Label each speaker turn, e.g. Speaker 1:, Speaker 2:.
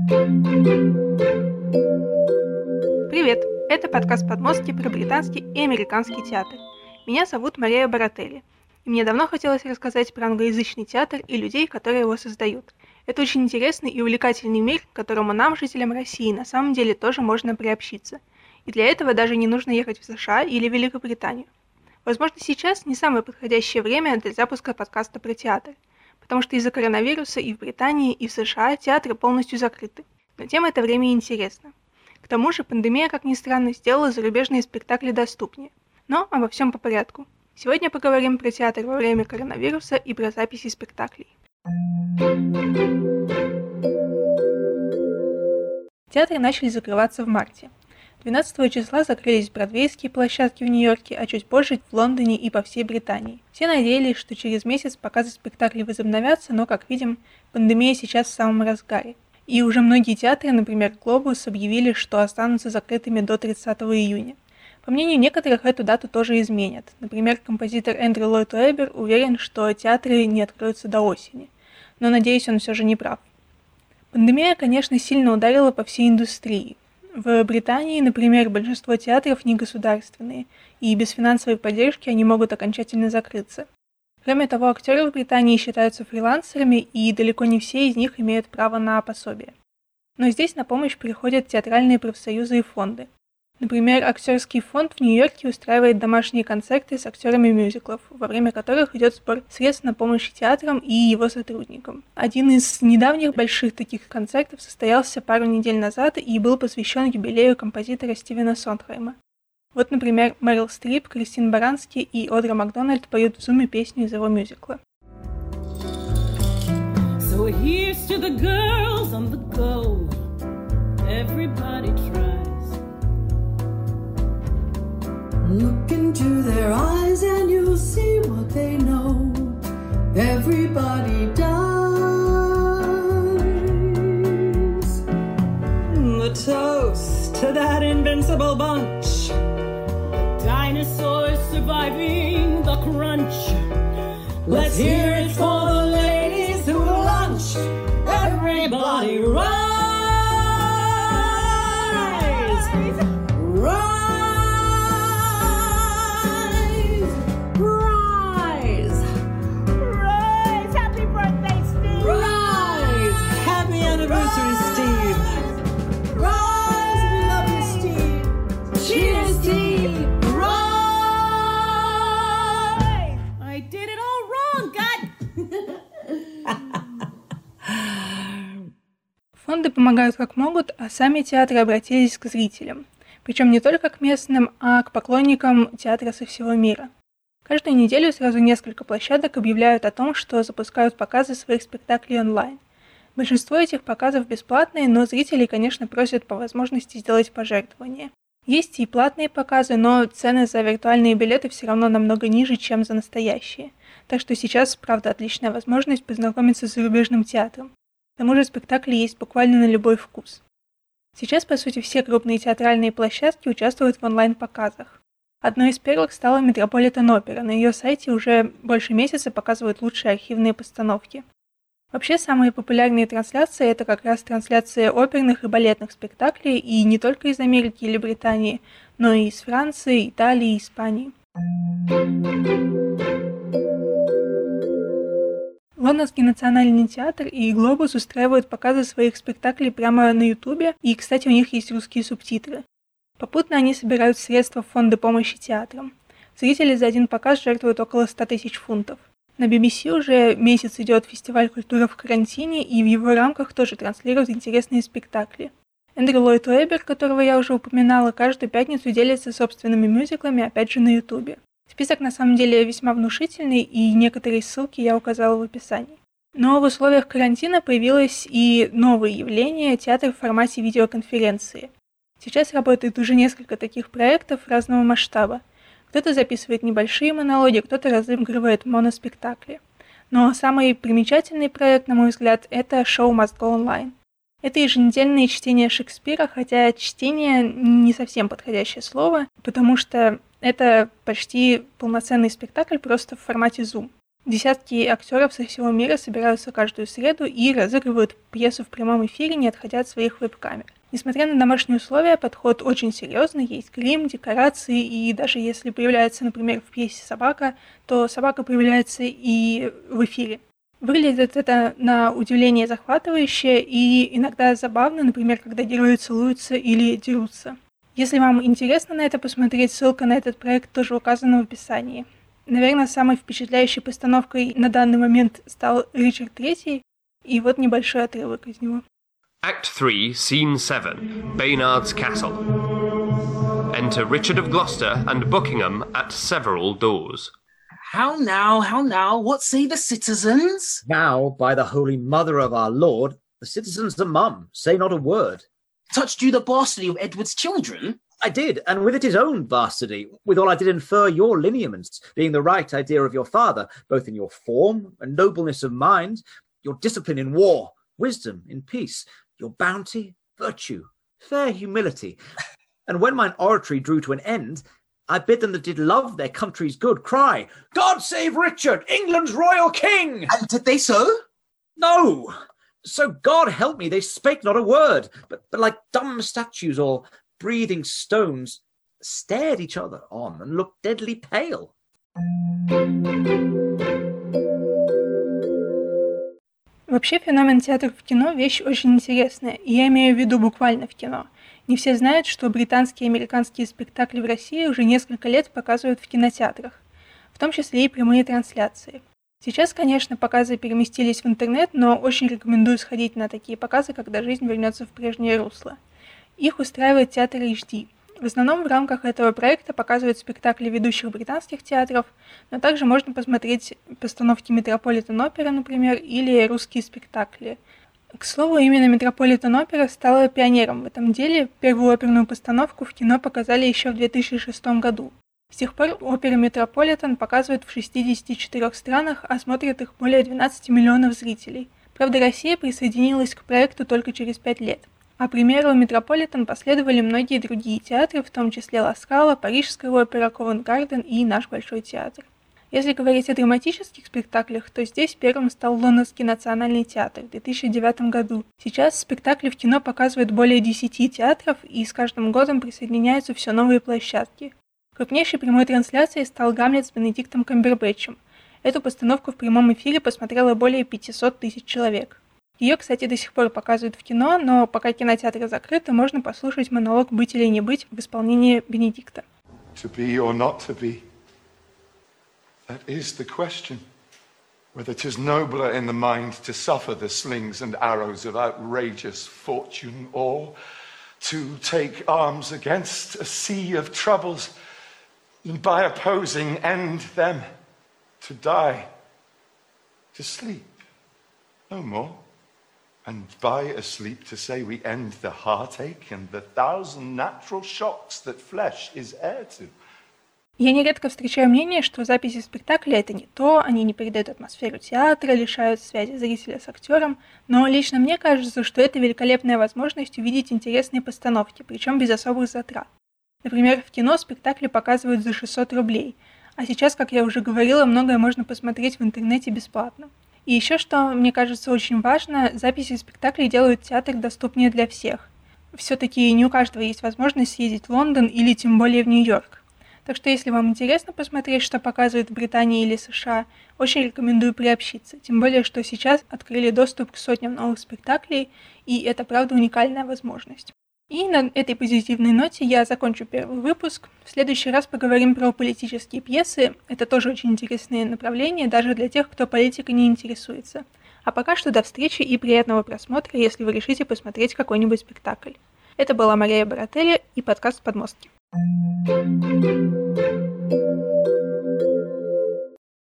Speaker 1: Привет! Это подкаст «Подмостки» про британский и американский театр. Меня зовут Мария Барателли, и мне давно хотелось рассказать про англоязычный театр и людей, которые его создают. Это очень интересный и увлекательный мир, к которому нам, жителям России, на самом деле тоже можно приобщиться. И для этого даже не нужно ехать в США или Великобританию. Возможно, сейчас не самое подходящее время для запуска подкаста про театр, потому что из-за коронавируса и в Британии, и в США театры полностью закрыты. Но тем это время интересно. К тому же пандемия, как ни странно, сделала зарубежные спектакли доступнее. Но обо всем по порядку. Сегодня поговорим про театр во время коронавируса и про записи спектаклей. Театры начали закрываться в марте. 12 числа закрылись бродвейские площадки в Нью-Йорке, а чуть позже в Лондоне и по всей Британии. Все надеялись, что через месяц показы спектаклей возобновятся, но, как видим, пандемия сейчас в самом разгаре. И уже многие театры, например, «Глобус», объявили, что останутся закрытыми до 30 июня. По мнению некоторых, эту дату тоже изменят. Например, композитор Эндрю Ллойд Уэббер уверен, что театры не откроются до осени. Но, надеюсь, он все же не прав. Пандемия, конечно, сильно ударила по всей индустрии. В Британии, например, большинство театров не государственные, и без финансовой поддержки они могут окончательно закрыться. Кроме того, актеры в Британии считаются фрилансерами, и далеко не все из них имеют право на пособие. Но здесь на помощь приходят театральные профсоюзы и фонды. Например, актерский фонд в Нью-Йорке устраивает домашние концерты с актерами мюзиклов, во время которых идет сбор средств на помощь театрам и его сотрудникам. Один из недавних больших таких концертов состоялся пару недель назад и был посвящен юбилею композитора Стивена Сондхейма. Вот, например, Мэрил Стрип, Кристин Барански и Одри Макдональд поют в зуме песню из его мюзикла. So here's to the girls on the go. Everybody tries.
Speaker 2: Look into their eyes and you'll see what they know. Everybody dies. The toast to that invincible bunch. The dinosaurs surviving the crunch. Let's hear it for the ladies who lunch. Everybody rise! Rise!
Speaker 1: Фонды помогают как могут, а сами театры обратились к зрителям. Причем не только к местным, а к поклонникам театра со всего мира. Каждую неделю сразу несколько площадок объявляют о том, что запускают показы своих спектаклей онлайн. Большинство этих показов бесплатные, но зрителей, конечно, просят по возможности сделать пожертвования. Есть и платные показы, но цены за виртуальные билеты все равно намного ниже, чем за настоящие. Так что сейчас, правда, отличная возможность познакомиться с зарубежным театром. К тому же спектакли есть буквально на любой вкус. Сейчас, по сути, все крупные театральные площадки участвуют в онлайн-показах. Одной из первых стала Метрополитен Опера. На ее сайте уже больше месяца показывают лучшие архивные постановки. Вообще, самые популярные трансляции – это как раз трансляции оперных и балетных спектаклей, и не только из Америки или Британии, но и из Франции, Италии и Испании. Лондонский национальный театр и «Глобус» устраивают показы своих спектаклей прямо на Ютубе, и, кстати, у них есть русские субтитры. Попутно они собирают средства в фонды помощи театрам. Зрители за один показ жертвуют около 100 тысяч фунтов. На BBC уже месяц идет фестиваль культуры в карантине, и в его рамках тоже транслируют интересные спектакли. Эндрю Ллойд Уэббер, которого я уже упоминала, каждую пятницу делится собственными мюзиклами, опять же на Ютубе. Список на самом деле весьма внушительный, и некоторые ссылки я указала в описании. Но в условиях карантина появилось и новое явление – театр в формате видеоконференции. Сейчас работает уже несколько таких проектов разного масштаба. Кто-то записывает небольшие монологи, кто-то разыгрывает моноспектакли. Но самый примечательный проект, на мой взгляд, это шоу Must Go Online. Это еженедельные чтения Шекспира, хотя чтение не совсем подходящее слово, потому что это почти полноценный спектакль просто в формате Zoom. Десятки актеров со всего мира собираются каждую среду и разыгрывают пьесу в прямом эфире, не отходя от своих веб-камер. Несмотря на домашние условия, подход очень серьезный, есть грим, декорации, и даже если появляется, например, в пьесе собака, то собака появляется и в эфире. Выглядит это на удивление захватывающе и иногда забавно, например, когда герои целуются или дерутся. Если вам интересно на это посмотреть, ссылка на этот проект тоже указана в описании. Наверное, самой впечатляющей постановкой на данный момент стал Ричард III, и вот небольшой отрывок из него.
Speaker 3: Act 3, Scene 7, Baynard's Castle. Enter Richard of Gloucester and Buckingham at several doors.
Speaker 4: How now, what say the citizens?
Speaker 5: Now, by the holy mother of our Lord, the citizens are mum, say not a word.
Speaker 4: Touched you the bastardy of Edward's children?
Speaker 5: I did, and with it his own bastardy. Withal I did infer your lineaments, being the right idea of your father, both in your form and nobleness of mind, your discipline in war, wisdom in peace, your bounty, virtue, fair humility. And when mine oratory drew to an end, I bid them that did love their country's good cry, God save Richard, England's royal king!
Speaker 4: And did they so?
Speaker 5: No! So God help me, they spake not a word, but like dumb statues or breathing stones, stared each other on and looked deadly pale.
Speaker 1: Вообще феномен театра в кино – вещь очень интересная, и я имею в виду буквально в кино. Не все знают, что британские и американские спектакли в России уже несколько лет показывают в кинотеатрах, в том числе и прямые трансляции. Сейчас, конечно, показы переместились в интернет, но очень рекомендую сходить на такие показы, когда жизнь вернется в прежнее русло. Их устраивает театр HD. В основном в рамках этого проекта показывают спектакли ведущих британских театров, но также можно посмотреть постановки Метрополитен Опера, например, или русские спектакли. К слову, именно Метрополитен Опера стала пионером в этом деле. Первую оперную постановку в кино показали еще в 2006 году. С тех пор оперы Метрополитен показывают в 64 странах, а смотрят их более 12 миллионов зрителей. Правда, Россия присоединилась к проекту только через 5 лет. А примеру Метрополитен последовали многие другие театры, в том числе Ла Скала, Парижская опера, Ковент-Гарден и наш Большой театр. Если говорить о драматических спектаклях, то здесь первым стал Лондонский национальный театр в 2009 году. Сейчас спектакли в кино показывают более 10 театров, и с каждым годом присоединяются все новые площадки. Крупнейшей прямой трансляцией стал «Гамлет» с Бенедиктом Камбербэтчем. Эту постановку в прямом эфире посмотрело более 500 тысяч человек. Ее, кстати, до сих пор показывают в кино, но пока кинотеатры закрыты, можно послушать монолог «Быть или не быть» в исполнении Бенедикта.
Speaker 6: To be or not to be, that is the question. Whether 'tis nobler in the mind to suffer the slings and arrows of outrageous fortune, or to take arms against a sea of troubles, and by opposing end them, to die, to sleep, no more. And by asleep to say we end the heartache and the thousand natural shocks that flesh is heir to.
Speaker 1: Я нередко встречаю мнение, что записи спектакля — это не то, они не передают атмосферу театра, лишают связи зрителя с актером, но лично мне кажется, что это великолепная возможность увидеть интересные постановки, причем без особых затрат. Например, в кино спектакли показывают за 600 рублей, а сейчас, как я уже говорила, многое можно посмотреть в интернете бесплатно. И еще, что мне кажется очень важно, записи спектаклей делают театр доступнее для всех. Все-таки не у каждого есть возможность съездить в Лондон или тем более в Нью-Йорк. Так что если вам интересно посмотреть, что показывают в Британии или США, очень рекомендую приобщиться. Тем более, что сейчас открыли доступ к сотням новых спектаклей, и это правда уникальная возможность. И на этой позитивной ноте я закончу первый выпуск. В следующий раз поговорим про политические пьесы. Это тоже очень интересное направление, даже для тех, кто политикой не интересуется. А пока что до встречи и приятного просмотра, если вы решите посмотреть какой-нибудь спектакль. Это была Мария Барателли и подкаст «Подмостки».